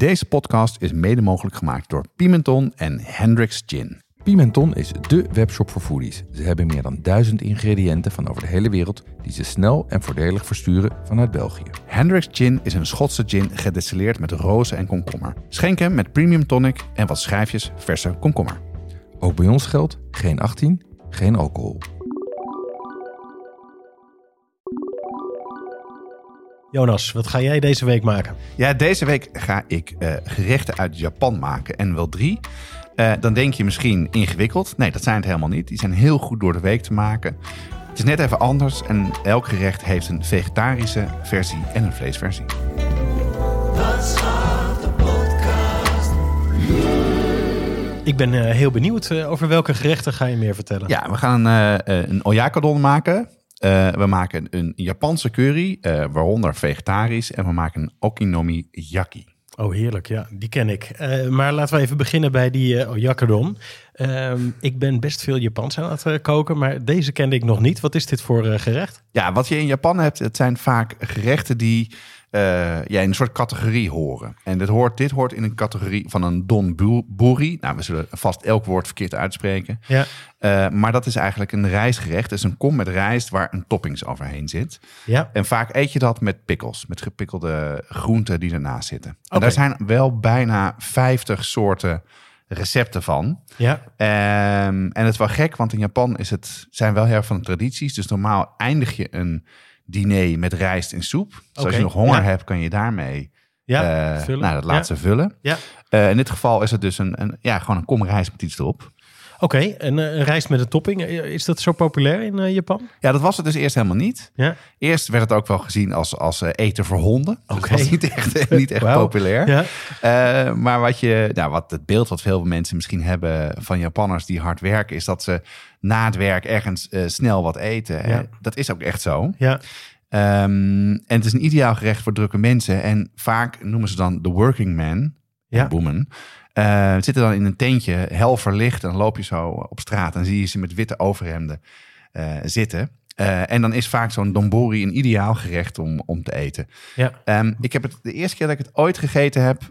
Deze podcast is mede mogelijk gemaakt door Pimenton en Hendrick's Gin. Pimenton is dé webshop voor foodies. Ze hebben meer dan 1000 ingrediënten van over de hele wereld die ze snel en voordelig versturen vanuit België. Hendrick's Gin is een Schotse gin gedestilleerd met rozen en komkommer. Schenk hem met premium tonic en wat schijfjes verse komkommer. Ook bij ons geldt geen 18, geen alcohol. Jonas, wat ga jij deze week maken? Ja, deze week ga ik gerechten uit Japan maken en wel 3. Dan denk je misschien ingewikkeld. Nee, dat zijn het helemaal niet. Die zijn heel goed door de week te maken. Het is net even anders en elk gerecht heeft een vegetarische versie en een vleesversie. Ik ben heel benieuwd. Over welke gerechten ga je meer vertellen? Ja, we gaan een oyakadon maken. We maken een Japanse curry, waaronder vegetarisch. En we maken een okonomiyaki. Oh, heerlijk. Ja, die ken ik. Maar laten we even beginnen bij die oyakadon. Ik ben best veel Japans aan het koken, maar deze kende ik nog niet. Wat is dit voor gerecht? Ja, wat je in Japan hebt, het zijn vaak gerechten die in een soort categorie horen. En dit hoort in een categorie van een donburi. Nou, we zullen vast elk woord verkeerd uitspreken. Ja. Maar dat is eigenlijk een rijstgerecht. Het is een kom met rijst waar een toppings overheen zit. Ja. En vaak eet je dat met pickles, met gepikkelde groenten die ernaast zitten. En Okay. daar zijn wel bijna 50 soorten recepten van. Ja. En het is wel gek, want in Japan zijn wel heel erg van de tradities. Dus normaal eindig je een diner met rijst en soep. Dus als je nog honger hebt, kan je daarmee vullen. dat laatste vullen. Ja. In dit geval is het dus gewoon een kom rijst met iets erop. Oké, en een rijst met een topping. Is dat zo populair in Japan? Ja, dat was het dus eerst helemaal niet. Ja. Eerst werd het ook wel gezien als eten voor honden. Dus Oké. het was niet echt Wauw. populair. Ja. Maar wat het beeld wat veel mensen misschien hebben van Japanners die hard werken, is dat ze na het werk ergens snel wat eten. Ja. Dat is ook echt zo. Ja. En het is een ideaal gerecht voor drukke mensen. En vaak noemen ze dan de working man, woman. Zitten dan in een tentje, hel verlicht. En dan loop je zo op straat en zie je ze met witte overhemden zitten. En dan is vaak zo'n donburi een ideaal gerecht om te eten. Ja. De eerste keer dat ik het ooit gegeten heb,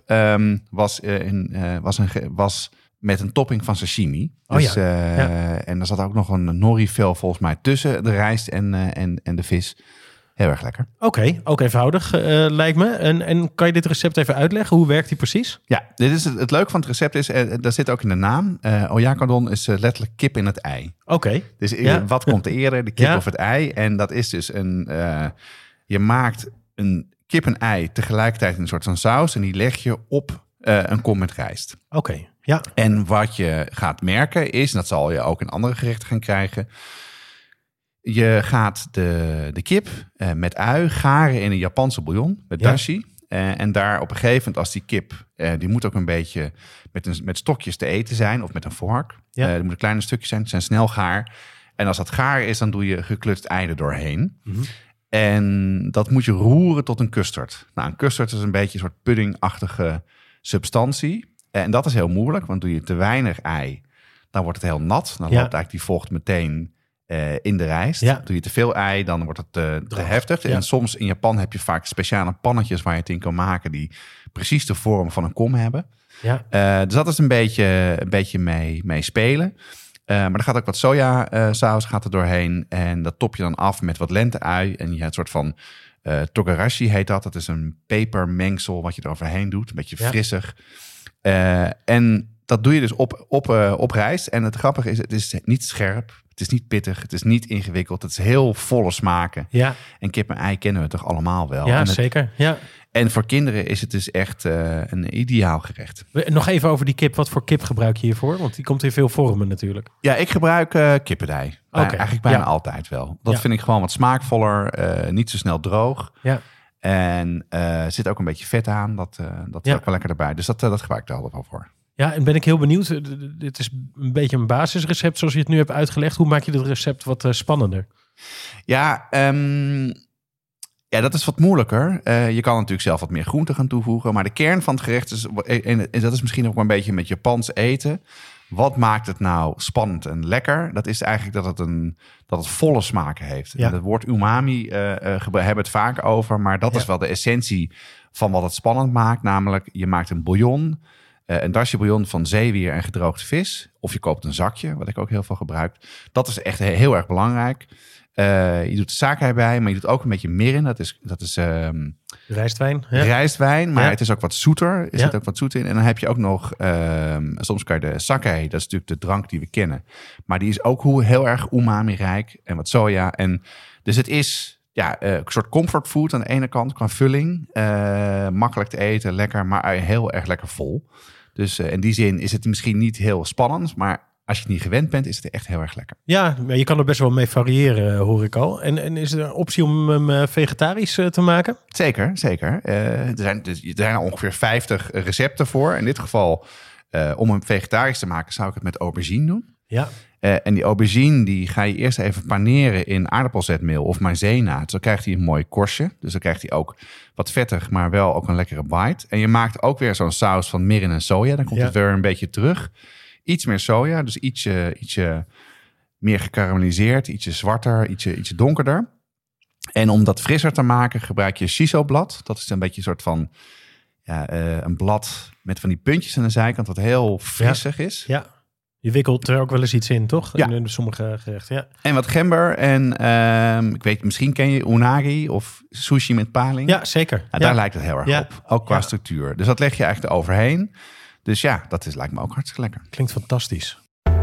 was met een topping van sashimi. Dus, en er zat ook nog een nori-vel volgens mij tussen de rijst en de vis. Heel erg lekker. Oké, ook eenvoudig lijkt me. En kan je dit recept even uitleggen? Hoe werkt die precies? Ja, dit is het leuke van het recept is, daar zit ook in de naam. Oyakadon is letterlijk kip in het ei. Oké. Dus wat komt eerder, de kip of het ei? En dat is dus je maakt een kip en ei tegelijkertijd in een soort van saus. En die leg je op een kom met rijst. Oké, ja. En wat je gaat merken is, en dat zal je ook in andere gerechten gaan krijgen. Je gaat de kip met ui garen in een Japanse bouillon met dashi. En daar op een gegeven moment, als die kip, die moet ook een beetje met stokjes te eten zijn of met een vork. Ja. Er moeten kleine stukjes zijn, het zijn snel gaar. En als dat gaar is, dan doe je geklutst ei er doorheen. Mm-hmm. En dat moet je roeren tot een custard. Nou, een custard is een beetje een soort puddingachtige substantie. En dat is heel moeilijk, want doe je te weinig ei, dan wordt het heel nat. Dan loopt eigenlijk die vocht meteen in de rijst. Ja. Doe je te veel ei, dan wordt het te heftig. Ja. En soms in Japan heb je vaak speciale pannetjes waar je het in kan maken die precies de vorm van een kom hebben. Ja. Dus dat is een beetje mee spelen. Maar er gaat ook wat sojasaus gaat er doorheen. En dat top je dan af met wat lente-ui. En je hebt een soort van togarashi heet dat. Dat is een pepermengsel wat je er overheen doet. Een beetje frissig. En dat doe je dus op rijst. En het grappige is, het is niet scherp. Het is niet pittig. Het is niet ingewikkeld. Het is heel volle smaken. Ja. En kip en ei kennen we toch allemaal wel. Ja, zeker. Ja. En voor kinderen is het dus echt een ideaal gerecht. Nog even over die kip. Wat voor kip gebruik je hiervoor? Want die komt in veel vormen natuurlijk. Ja, ik gebruik kippendij. Eigenlijk bijna altijd wel. Dat vind ik gewoon wat smaakvoller. Niet zo snel droog. Ja. En zit ook een beetje vet aan. Dat is ook wel lekker erbij. Dus dat gebruik ik er altijd wel voor. Ja, en ben ik heel benieuwd. Dit is een beetje een basisrecept zoals je het nu hebt uitgelegd. Hoe maak je dit recept wat spannender? Ja, dat is wat moeilijker. Je kan natuurlijk zelf wat meer groenten gaan toevoegen. Maar de kern van het gerecht is, en dat is misschien ook wel een beetje met Japans eten. wat maakt het nou spannend en lekker? Dat is eigenlijk dat het volle smaken heeft. Ja. En het woord umami hebben het vaak over, maar dat is wel de essentie van wat het spannend maakt. Namelijk, je maakt een bouillon, een dasje bouillon van zeewier en gedroogde vis. Of je koopt een zakje, wat ik ook heel veel gebruik. Dat is echt heel erg belangrijk. Je doet de sakai bij, maar je doet ook een beetje mirin. Dat is Rijstwijn. rijstwijn, maar Ja. het is ook wat zoeter. Er Ja. zit ook wat zoet in. En dan heb je ook nog, soms kan je de sake, dat is natuurlijk de drank die we kennen. Maar die is ook heel erg umami-rijk en wat soja. En dus het is een soort comfortfood aan de ene kant qua vulling. Makkelijk te eten, lekker, maar heel erg lekker vol. Dus in die zin is het misschien niet heel spannend, maar als je het niet gewend bent, is het echt heel erg lekker. Ja, maar je kan er best wel mee variëren, hoor ik al. En is er een optie om hem vegetarisch te maken? Zeker, zeker. Er zijn ongeveer 50 recepten voor. In dit geval, om hem vegetarisch te maken, zou ik het met aubergine doen. Ja. En die aubergine die ga je eerst even paneren in aardappelzetmeel of maïzena. Dus dan krijgt hij een mooi korstje. Dus dan krijgt hij ook wat vettig, maar wel ook een lekkere bite. En je maakt ook weer zo'n saus van mirin en soja. Dan komt het weer een beetje terug. Iets meer soja, dus ietsje meer gekarameliseerd, ietsje zwarter, ietsje donkerder. En om dat frisser te maken gebruik je shiso-blad. Dat is een beetje een soort van een blad met van die puntjes aan de zijkant, wat heel frissig is. Ja, je wikkelt er ook wel eens iets in, toch? Ja. In sommige gerechten, ja. En wat gember en ik weet, misschien ken je unagi of sushi met paling. Ja, zeker. Daar lijkt het heel erg Ja. op, ook qua structuur. Dus dat leg je eigenlijk eroverheen. Dus ja, lijkt me ook hartstikke lekker. Klinkt fantastisch.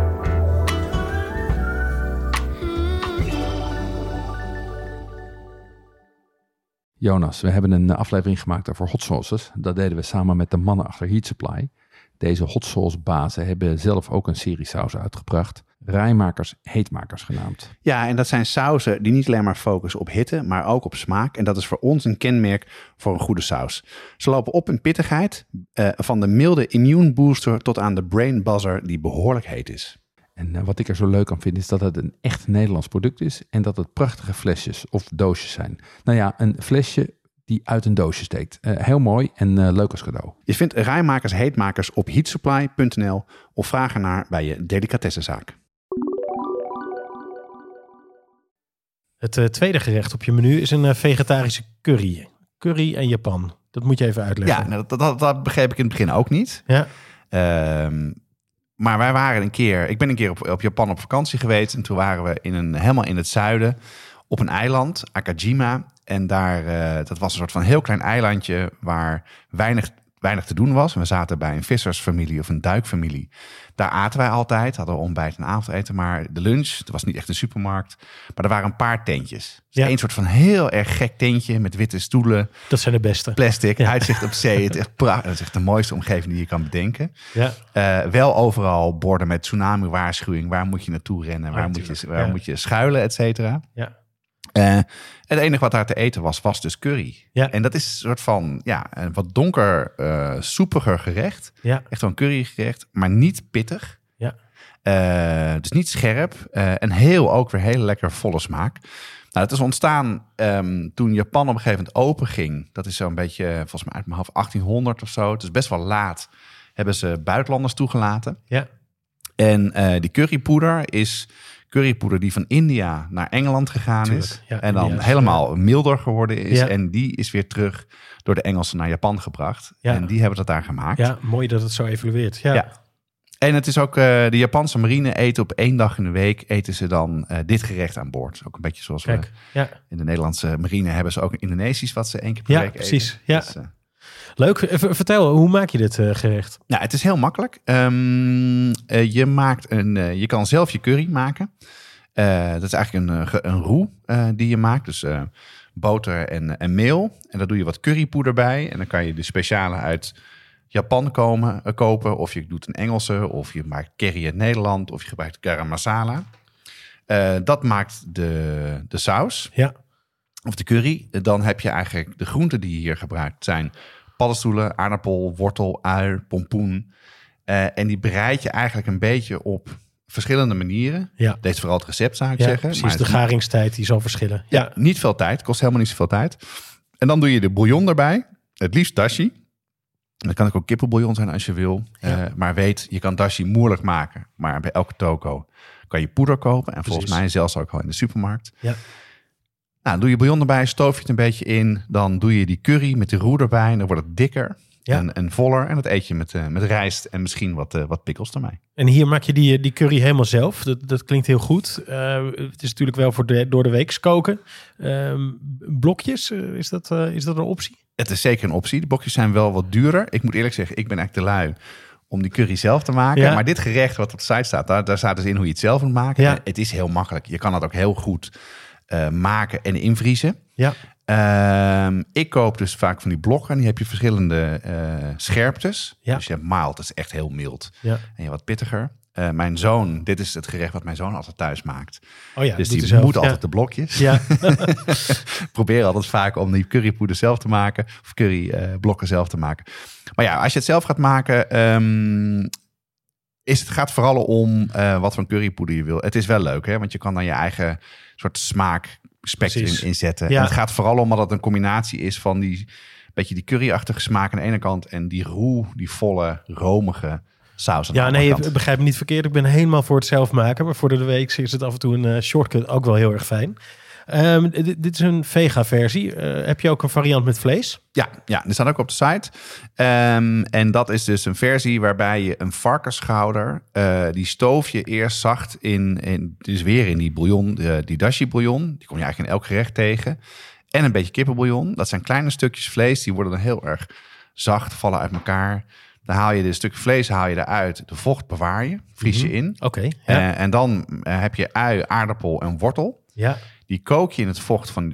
Jonas, we hebben een aflevering gemaakt over hot sauces. Dat deden we samen met de mannen achter Heat Supply. Deze hot sauce bazen hebben zelf ook een serie sauzen uitgebracht. Rijmakers, heetmakers genaamd. Ja, en dat zijn sauzen die niet alleen maar focussen op hitte, maar ook op smaak. En dat is voor ons een kenmerk voor een goede saus. Ze lopen op in pittigheid, van de milde immune booster tot aan de brain buzzer die behoorlijk heet is. En wat ik er zo leuk aan vind is dat het een echt Nederlands product is en dat het prachtige flesjes of doosjes zijn. Nou ja, een flesje die uit een doosje steekt. Heel mooi en leuk als cadeau. Je vindt rijmakers, heetmakers op heatsupply.nl of vraag ernaar bij je delicatessenzaak. Het tweede gerecht op je menu is een vegetarische curry. Curry en Japan. Dat moet je even uitleggen. Ja, nou, dat begreep ik in het begin ook niet. Ja. Maar wij waren ik ben een keer op Japan op vakantie geweest. En toen waren we helemaal in het zuiden op een eiland, Akajima. En daar, dat was een soort van heel klein eilandje waar weinig te doen was. We zaten bij een vissersfamilie of een duikfamilie. Daar aten wij altijd, hadden we ontbijt en avondeten. Maar de lunch, het was niet echt een supermarkt. Maar er waren een paar tentjes. Dus Ja. een soort van heel erg gek tentje met witte stoelen, Dat zijn de beste. plastic, Ja. uitzicht op zee. Het is echt prachtig. Dat is echt de mooiste omgeving die je kan bedenken. Ja. Wel overal borden met tsunami-waarschuwing. Waar moet je naartoe rennen? Waar moet je schuilen, et cetera. Ja. Het enige wat daar te eten was dus curry. Ja. En dat is een soort van een wat donker, soepiger gerecht. Ja. Echt wel een currygerecht, maar niet pittig. Ja. Dus niet scherp. En ook weer heel lekker volle smaak. Nou, het is ontstaan toen Japan op een gegeven moment open ging. Dat is zo'n beetje, volgens mij uit mijn hoofd, 1800 of zo. Het is best wel laat. Hebben ze buitenlanders toegelaten. Ja. En die currypoeder is currypoeder die van India naar Engeland gegaan Tuurlijk, is. ja, En dan India is, helemaal milder geworden is. Ja. En die is weer terug door de Engelsen naar Japan gebracht. Ja. En die hebben dat daar gemaakt. Ja, mooi dat het zo evolueert. Ja. Ja. En het is ook de Japanse marine eten op 1 dag in de week eten ze dan dit gerecht aan boord. Ook een beetje zoals Kijk, we ja. in de Nederlandse marine hebben ze ook Indonesisch wat ze 1 keer per Ja, week precies. eten. Ja. Dus, Leuk. Vertel, hoe maak je dit gerecht? nou, het is heel makkelijk. Je kan zelf je curry maken. Dat is eigenlijk een roux die je maakt. Dus boter en meel. En daar doe je wat currypoeder bij. En dan kan je de speciale uit Japan kopen. Of je doet een Engelse. Of je maakt curry uit Nederland. Of je gebruikt garam masala. Dat maakt de saus. Ja. Of de curry. Dan heb je eigenlijk de groenten die je hier gebruikt. Zijn paddenstoelen, aardappel, wortel, ui, pompoen. En die bereid je eigenlijk een beetje op verschillende manieren. Ja. Deze vooral het recept, zou ik Ja, zeggen. precies. Maar De het- garingstijd die zal verschillen. ja, niet veel tijd. Kost helemaal niet zoveel tijd. En dan doe je de bouillon erbij. Het liefst dashi. Dat kan ook kippenbouillon zijn als je wil. Ja. Maar weet, je kan dashi moeilijk maken. Maar bij elke toko kan je poeder kopen. En volgens mij zelfs ook al in de supermarkt. Ja. Nou, doe je bouillon erbij, stoof je het een beetje in. Dan doe je die curry met de roer erbij. En dan wordt het dikker en voller. En dat eet je met rijst en misschien wat pickles erbij. En hier maak je die curry helemaal zelf. Dat klinkt heel goed. Het is natuurlijk wel voor door de week koken. Blokjes, is dat een optie? Het is zeker een optie. De blokjes zijn wel wat duurder. Ik moet eerlijk zeggen, ik ben eigenlijk te lui om die curry zelf te maken. Ja. Maar dit gerecht wat op de site staat, daar staat dus in hoe je het zelf moet maken. Ja. Het is heel makkelijk. Je kan het ook heel goed maken en invriezen. Ja. Ik koop dus vaak van die blokken. Die heb je verschillende scherptes. Ja. Dus je hebt mild, dat is echt heel mild. Ja. En je hebt wat pittiger. Mijn zoon, dit is het gerecht wat mijn zoon altijd thuis maakt. Oh ja, dus die moet altijd de blokjes. Ja. Probeer altijd vaak om die currypoeder zelf te maken. Of curryblokken zelf te maken. Maar ja, als je het zelf gaat maken, gaat het vooral om wat voor currypoeder je wil. Het is wel leuk, hè? Want je kan dan je eigen soort smaakspectrum inzetten. Ja. En het gaat vooral om dat het een combinatie is van die beetje die curryachtige smaak aan de ene kant en die die volle, romige saus aan de andere kant. Begrijp me niet verkeerd. Ik ben helemaal voor het zelf maken. Maar voor de week is het af en toe een shortcut ook wel heel erg fijn. Dit is een vega-versie. Heb je ook een variant met vlees? Ja, die staat ook op de site. En dat is dus een versie waarbij je een varkensschouder, die stoof je eerst zacht dus weer in die bouillon, die dashi bouillon. Die kom je eigenlijk in elk gerecht tegen. En een beetje kippenbouillon. Dat zijn kleine stukjes vlees. Die worden dan heel erg zacht, vallen uit elkaar. Dan haal je de stukje vlees eruit. De vocht bewaar je, vries je in. Okay, en dan heb je ui, aardappel en wortel. Ja. Die kook je in het vocht van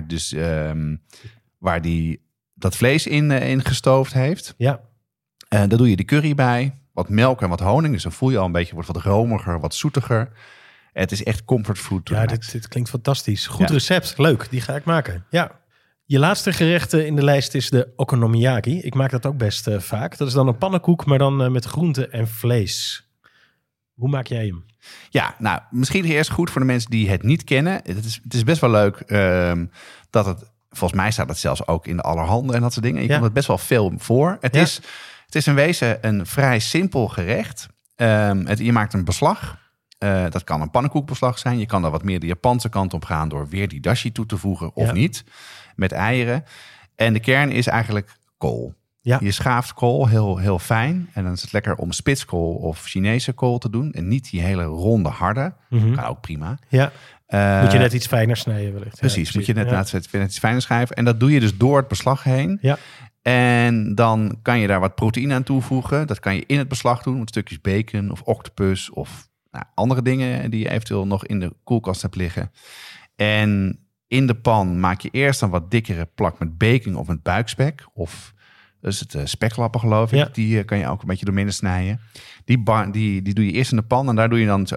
waar die dat vlees in gestoofd heeft. Ja. Daar doe je de curry bij. Wat melk en wat honing. Dus dan voel je al een beetje, wordt wat romiger, wat zoetiger. Het is echt comfortfood. Ja, dit klinkt fantastisch. Goed recept. Leuk, die ga ik maken. Ja. Je laatste gerecht in de lijst is de okonomiyaki. Ik maak dat ook best vaak. Dat is dan een pannenkoek, maar dan met groenten en vlees. Hoe maak jij hem? Ja, nou, misschien eerst goed voor de mensen die het niet kennen. Het is best wel leuk dat het... Volgens mij staat het zelfs ook in de allerhande en dat soort dingen. Je komt het best wel veel voor. Het is in wezen een vrij simpel gerecht. Je maakt een beslag. Dat kan een pannenkoekbeslag zijn. Je kan daar wat meer de Japanse kant op gaan door weer die dashi toe te voegen of niet. Met eieren. En de kern is eigenlijk kool. Ja. Je schaaft kool heel, heel fijn. En dan is het lekker om spitskool of Chinese kool te doen. En niet die hele ronde harde. Kan ook prima. Ja. Moet je net iets fijner snijden wellicht. Precies, moet je net iets fijner schrijven. En dat doe je dus door het beslag heen. Ja. En dan kan je daar wat proteïne aan toevoegen. Dat kan je in het beslag doen. Met stukjes bacon of octopus of andere dingen die je eventueel nog in de koelkast hebt liggen. En in de pan maak je eerst een wat dikkere plak met bacon of met buikspek. Of dus het speklappen geloof ik. Ja. Die kan je ook een beetje doormidden snijden. Die doe je eerst in de pan. En daar doe je dan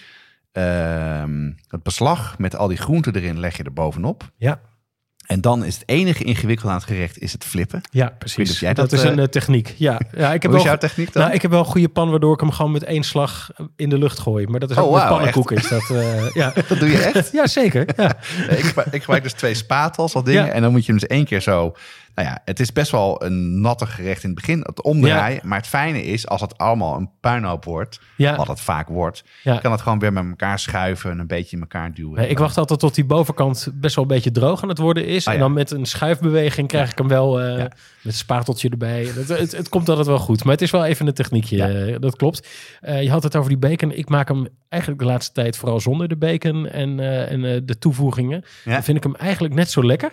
het beslag met al die groenten erin leg je er bovenop. Ja. En dan is het enige ingewikkeld aan het gerecht is het flippen. Ja, precies. Dat is een techniek. Ja, ik heb Hoe is jouw techniek dan? Nou, ik heb wel een goede pan waardoor ik hem gewoon met één slag in de lucht gooi. Maar dat is ook met pannenkoeken. Is dat, ja. Dat doe je echt? Ja, zeker. Ja. Ik gebruik dus 2 spatels of dingen. Ja. En dan moet je hem dus 1 keer zo... Nou ja, het is best wel een natte gerecht in het begin, het omdraaien. Ja. Maar het fijne is, als het allemaal een puinhoop wordt, wat het vaak wordt, kan het gewoon weer met elkaar schuiven en een beetje in elkaar duwen. Nee, ik wacht altijd tot die bovenkant best wel een beetje droog aan het worden is. En dan met een schuifbeweging krijg ik hem wel met een spaateltje erbij. Het komt altijd wel goed, maar het is wel even een techniekje. Dat klopt. Je had het over die bacon. Ik maak hem eigenlijk de laatste tijd vooral zonder de bacon en de toevoegingen. Ja. Dan vind ik hem eigenlijk net zo lekker.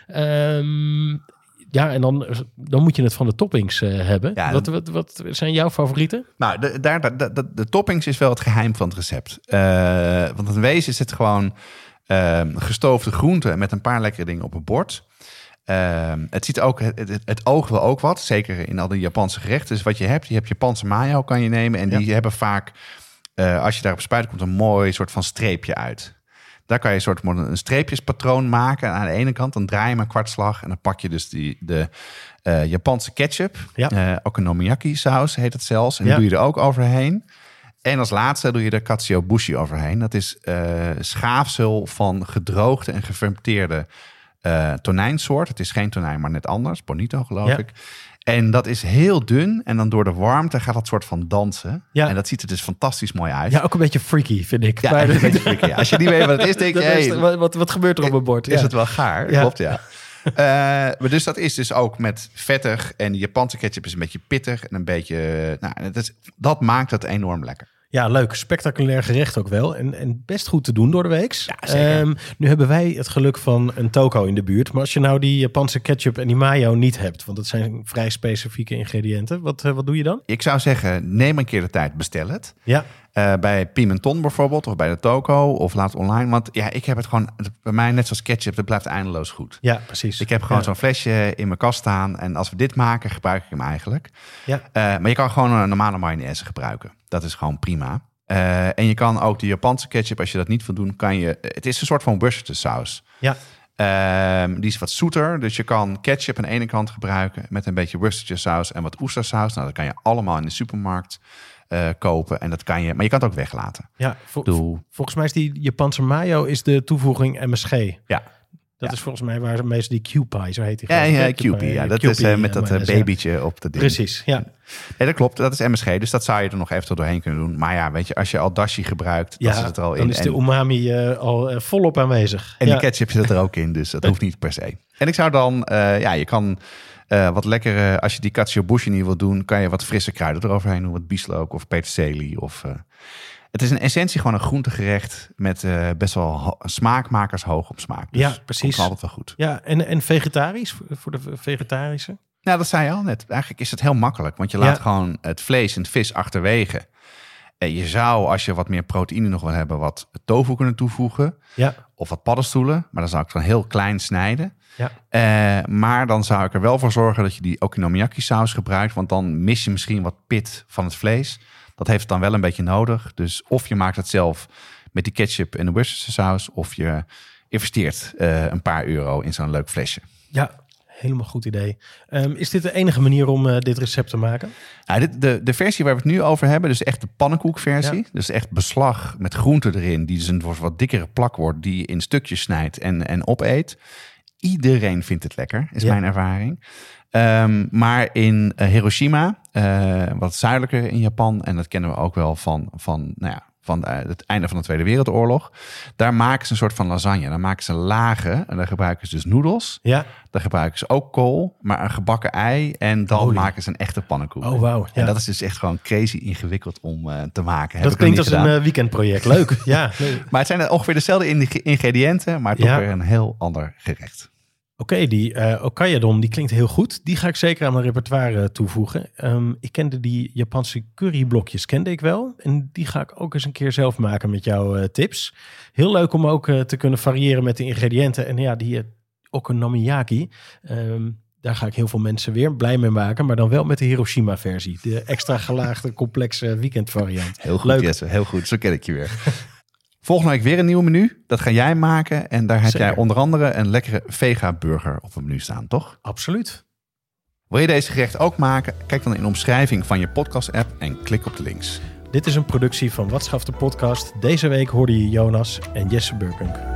Ja, en dan moet je het van de toppings hebben. Ja, wat zijn jouw favorieten? Nou, de toppings is wel het geheim van het recept. Want in wezen is het gewoon gestoofde groenten met een paar lekkere dingen op een bord. Het ziet ook, het oog wil ook wat. Zeker in al die Japanse gerechten. Dus wat je hebt Japanse mayo kan je nemen. En die hebben vaak, als je daarop spuit, komt een mooi soort van streepje uit. Daar kan je een streepjespatroon maken. En aan de ene kant dan draai je maar een kwartslag. En dan pak je dus de Japanse ketchup. Ja. Okonomiyaki saus heet het zelfs. En die doe je er ook overheen. En als laatste doe je de katsuobushi overheen. Dat is schaafsel van gedroogde en gefermenteerde tonijnsoort. Het is geen tonijn, maar net anders. Bonito geloof ik. En dat is heel dun. En dan door de warmte gaat dat soort van dansen. Ja. En dat ziet er dus fantastisch mooi uit. Ja, ook een beetje freaky, vind ik. Ja, een beetje freaky. Als je niet weet wat het is, denk je... Wat gebeurt er op een bord? Is het wel gaar? Ja. Klopt, ja. Maar dus dat is dus ook met vettig. En de Japanse ketchup is een beetje pittig. En een beetje... dat maakt het enorm lekker. Ja, leuk. Spectaculair gerecht ook wel. En best goed te doen door de weeks. Ja, zeker. Nu hebben wij het geluk van een toko in de buurt. Maar als je nou die Japanse ketchup en die mayo niet hebt... want dat zijn vrij specifieke ingrediënten. Wat doe je dan? Ik zou zeggen, neem een keer de tijd, bestel het. Ja. Bij Pimenton bijvoorbeeld, of bij de toko, of laat online. Want ja, ik heb het gewoon, bij mij net zoals ketchup, dat blijft eindeloos goed. Ja, precies. Ik heb gewoon zo'n flesje in mijn kast staan. En als we dit maken, gebruik ik hem eigenlijk. Ja. Maar je kan gewoon een normale mayonaise gebruiken. Dat is gewoon prima. En je kan ook de Japanse ketchup, als je dat niet wil doen, kan je... Het is een soort van Worcestershire saus. Ja. Die is wat zoeter. Dus je kan ketchup aan de ene kant gebruiken met een beetje Worcestershire saus en wat oestersaus. Nou, dat kan je allemaal in de supermarkt kopen. En dat kan je, maar je kan het ook weglaten. Ja, volgens mij is die Japanse mayo is de toevoeging MSG. Ja. Dat is volgens mij waar meestal die Kewpie, zo heet die. Ja, Kewpie. Ja, dat Kewpie, is met dat babytje op de ding. Precies, ja. Nee, dat klopt. Dat is MSG. Dus dat zou je er nog even doorheen kunnen doen. Maar ja, weet je, als je al dashi gebruikt, dan zit het er al in. Dan is de umami al volop aanwezig. En de ketchup zit er ook in, dus dat hoeft niet per se. En ik zou dan, je kan wat lekkere, als je die katsuobushi niet wil doen, kan je wat frisse kruiden eroverheen doen. Wat bieslook of peterselie of... Het is in essentie gewoon een groentegerecht met best wel smaakmakers hoog op smaak. Dus ja, precies. Komt altijd wel goed. Ja, en vegetarisch voor de vegetarische? Nou, dat zei je al net. Eigenlijk is het heel makkelijk, want je laat gewoon het vlees en het vis achterwege. Je zou, als je wat meer proteïne nog wil hebben, wat tofu kunnen toevoegen. Ja. Of wat paddenstoelen, maar dan zou ik het dan heel klein snijden. Ja. Maar dan zou ik er wel voor zorgen dat je die okonomiyaki saus gebruikt, want dan mis je misschien wat pit van het vlees. Dat heeft het dan wel een beetje nodig. Dus of je maakt het zelf met die ketchup en de Worcestershire saus, of je investeert een paar euro in zo'n leuk flesje. Ja, helemaal goed idee. Is dit de enige manier om dit recept te maken? Nou, de versie waar we het nu over hebben, dus echt de pannenkoekversie. Ja. Dus echt beslag met groenten erin, die dus een wat dikkere plak wordt, die je in stukjes snijdt en opeet. Iedereen vindt het lekker, is mijn ervaring. Maar in Hiroshima, wat zuidelijker in Japan, en dat kennen we ook wel van het einde van de Tweede Wereldoorlog, daar maken ze een soort van lasagne. Dan maken ze lagen en dan gebruiken ze dus noedels. Ja. Dan gebruiken ze ook kool, maar een gebakken ei en dan maken ze een echte pannenkoek. Oh, wauw. Ja. En dat is dus echt gewoon crazy ingewikkeld om te maken. Dat klinkt als een weekendproject. Leuk. Ja. Maar het zijn ongeveer dezelfde ingrediënten, maar toch weer een heel ander gerecht. Oké, die Okayadon, die klinkt heel goed. Die ga ik zeker aan mijn repertoire toevoegen. Ik kende die Japanse curryblokjes, kende ik wel. En die ga ik ook eens een keer zelf maken met jouw tips. Heel leuk om ook te kunnen variëren met de ingrediënten. En ja, die okonomiyaki, daar ga ik heel veel mensen weer blij mee maken. Maar dan wel met de Hiroshima-versie. De extra gelaagde, complexe weekendvariant. Heel goed, leuk. Jesse, heel goed. Zo ken ik je weer. Volgende week weer een nieuw menu. Dat ga jij maken. En daar heb jij onder andere een lekkere vega-burger op het menu staan, toch? Absoluut. Wil je deze gerecht ook maken? Kijk dan in de omschrijving van je podcast-app en klik op de links. Dit is een productie van Wat Schaft de Podcast. Deze week hoorde je Jonas en Jesse Burkunk.